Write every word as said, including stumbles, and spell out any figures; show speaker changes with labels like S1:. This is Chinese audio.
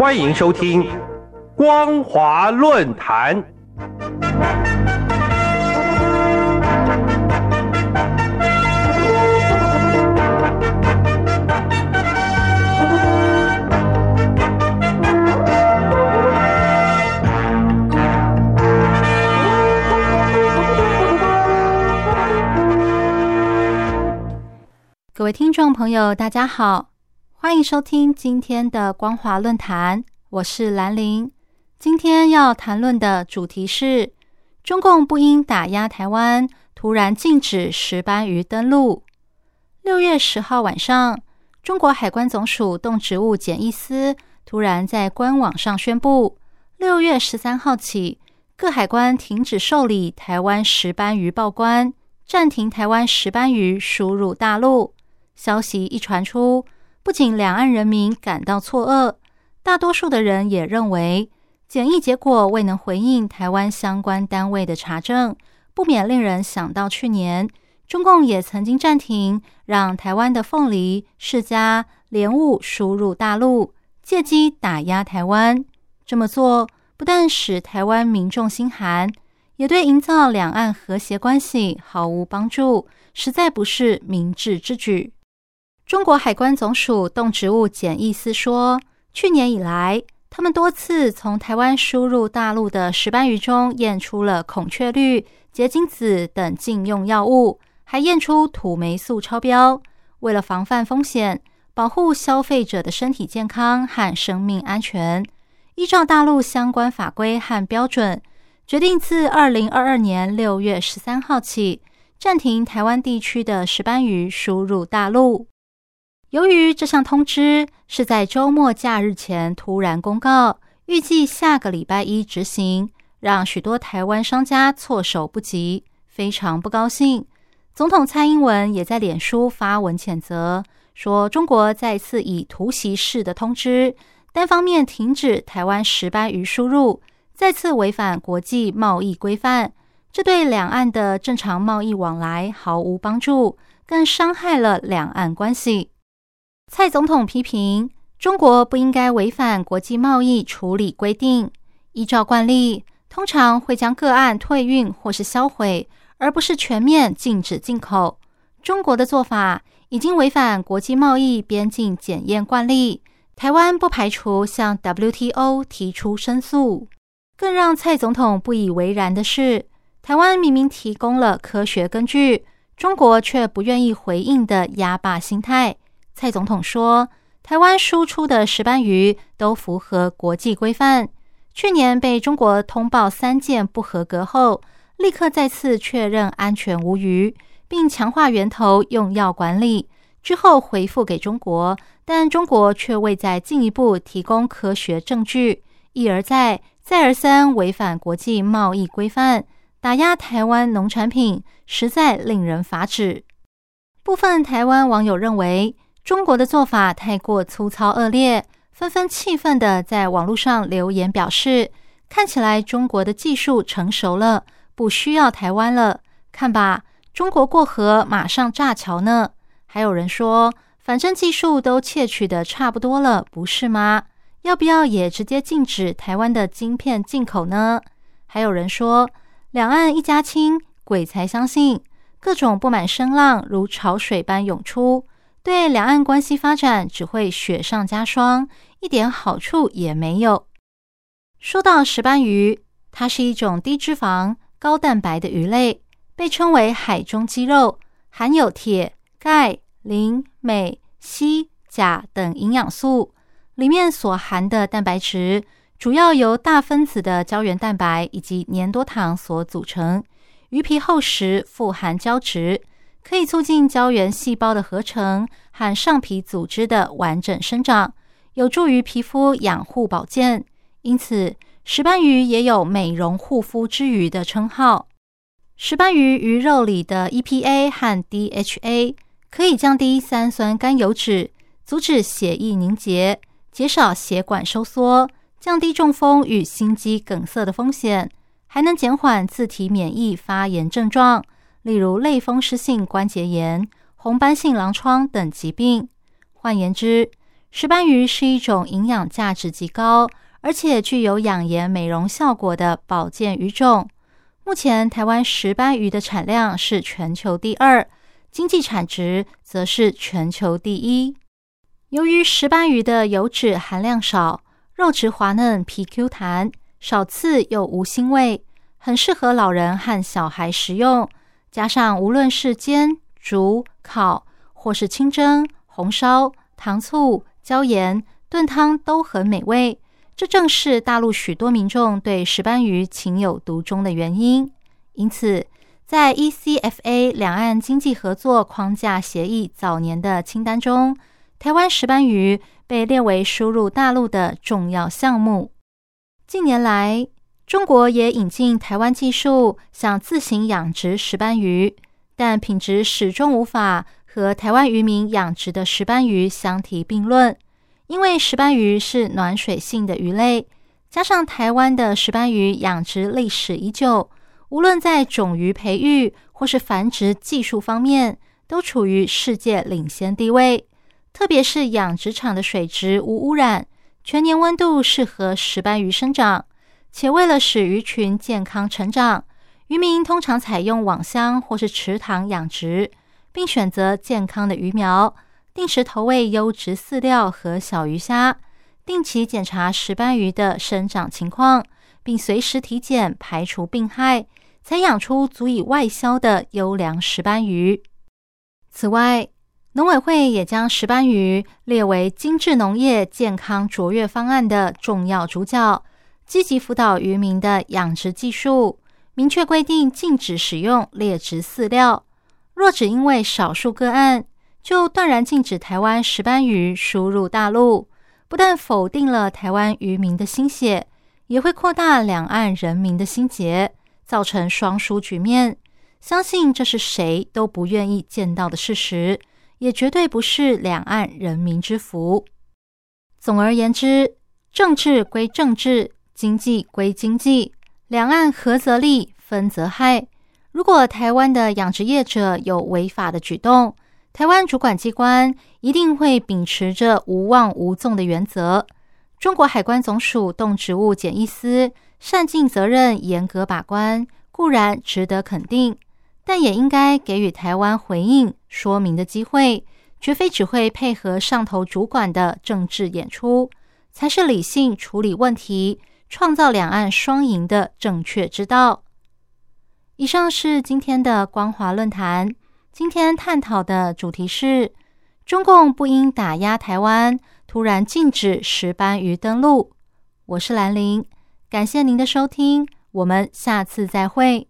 S1: 欢迎收听光华论坛。
S2: 各位听众朋友，大家好，欢迎收听今天的光华论坛，我是兰玲。今天要谈论的主题是中共不应打压台湾，突然禁止石斑鱼登陆。六月十号晚上，中国海关总署动植物检疫司突然在官网上宣布，六月十三号起，各海关停止受理台湾石斑鱼报关，暂停台湾石斑鱼输入大陆。消息一传出，不仅两岸人民感到错愕，大多数的人也认为检疫结果未能回应台湾相关单位的查证，不免令人想到去年中共也曾经暂停让台湾的凤梨、释迦、莲雾输入大陆，借机打压台湾。这么做不但使台湾民众心寒，也对营造两岸和谐关系毫无帮助，实在不是明智之举。中国海关总署动植物检疫司说，去年以来，他们多次从台湾输入大陆的石斑鱼中验出了孔雀绿、结晶子等禁用药物，还验出土霉素超标。为了防范风险，保护消费者的身体健康和生命安全，依照大陆相关法规和标准，决定自二零二二年六月十三号起，暂停台湾地区的石斑鱼输入大陆。由于这项通知是在周末假日前突然公告，预计下个礼拜一执行，让许多台湾商家措手不及，非常不高兴。总统蔡英文也在脸书发文谴责，说中国再次以突袭式的通知，单方面停止台湾石斑鱼输入，再次违反国际贸易规范，这对两岸的正常贸易往来毫无帮助，更伤害了两岸关系。蔡总统批评中国不应该违反国际贸易处理规定，依照惯例，通常会将个案退运或是销毁，而不是全面禁止进口。中国的做法已经违反国际贸易边境检验惯例，台湾不排除向 W T O 提出申诉。更让蔡总统不以为然的是，台湾明明提供了科学根据，中国却不愿意回应的压霸心态。蔡总统说，台湾输出的石斑鱼都符合国际规范，去年被中国通报三件不合格后，立刻再次确认安全无虞，并强化源头用药管理，之后回复给中国，但中国却未再进一步提供科学证据，一而再再而三违反国际贸易规范，打压台湾农产品，实在令人发指。部分台湾网友认为中国的做法太过粗糙恶劣，纷纷气愤地在网络上留言表示，看起来中国的技术成熟了，不需要台湾了，看吧，中国过河马上炸桥呢。还有人说，反正技术都窃取的差不多了，不是吗？要不要也直接禁止台湾的晶片进口呢？还有人说，两岸一家亲，鬼才相信，各种不满声浪如潮水般涌出，对两岸关系发展只会雪上加霜，一点好处也没有。说到石斑鱼，它是一种低脂肪、高蛋白的鱼类，被称为海中肌肉，含有铁、钙、磷、镁、硒、钾等营养素，里面所含的蛋白质主要由大分子的胶原蛋白以及粘多糖所组成，鱼皮厚实，富含胶质，可以促进胶原细胞的合成和上皮组织的完整生长，有助于皮肤养护保健。因此，石斑鱼也有美容护肤之鱼的称号。石斑鱼鱼肉里的 E P A 和 D H A 可以降低三酸甘油脂，阻止血液凝结，减少血管收缩，降低中风与心肌梗塞的风险，还能减缓自体免疫发炎症状，例如类风湿性关节炎、红斑性狼疮等疾病。换言之， 石斑鱼是一种营养价值极高，而且具有养颜美容效果的保健鱼种。目前台湾石斑鱼的产量是全球第二，经济产值则是全球第一。由于石斑鱼的油脂含量少，肉质滑嫩，皮 Q 弹，少刺又无腥味，很适合老人和小孩食用。加上无论是煎、煮、烤，或是清蒸、红烧、糖醋、椒盐、炖汤都很美味。这正是大陆许多民众对石斑鱼情有独钟的原因。因此，在 E C F A 两岸经济合作框架协议早年的清单中，台湾石斑鱼被列为输入大陆的重要项目。近年来，中国也引进台湾技术，想自行养殖石斑鱼，但品质始终无法和台湾渔民养殖的石斑鱼相提并论。因为石斑鱼是暖水性的鱼类，加上台湾的石斑鱼养殖历史已久，无论在种鱼培育或是繁殖技术方面，都处于世界领先地位。特别是养殖场的水质无污染，全年温度适合石斑鱼生长，且为了使鱼群健康成长，渔民通常采用网箱或是池塘养殖，并选择健康的鱼苗，定时投喂优质饲料和小鱼虾，定期检查石斑鱼的生长情况，并随时体检排除病害，才养出足以外销的优良石斑鱼。此外，农委会也将石斑鱼列为精致农业健康卓越方案的重要主角，积极辅导渔民的养殖技术，明确规定禁止使用劣质饲料。若只因为少数个案就断然禁止台湾石斑鱼输入大陆，不但否定了台湾渔民的心血，也会扩大两岸人民的心结，造成双输局面。相信这是谁都不愿意见到的事实，也绝对不是两岸人民之福。总而言之，政治归政治，经济归经济，两岸合则利，分则害。如果台湾的养殖业者有违法的举动，台湾主管机关一定会秉持着无妄无纵的原则。中国海关总署动植物检疫司善尽责任，严格把关，固然值得肯定，但也应该给予台湾回应说明的机会，绝非只会配合上头主管的政治演出，才是理性处理问题，创造两岸双赢的正确之道。以上是今天的光华论坛，今天探讨的主题是中共不应打压台湾，突然禁止石斑鱼登陆。我是兰玲，感谢您的收听，我们下次再会。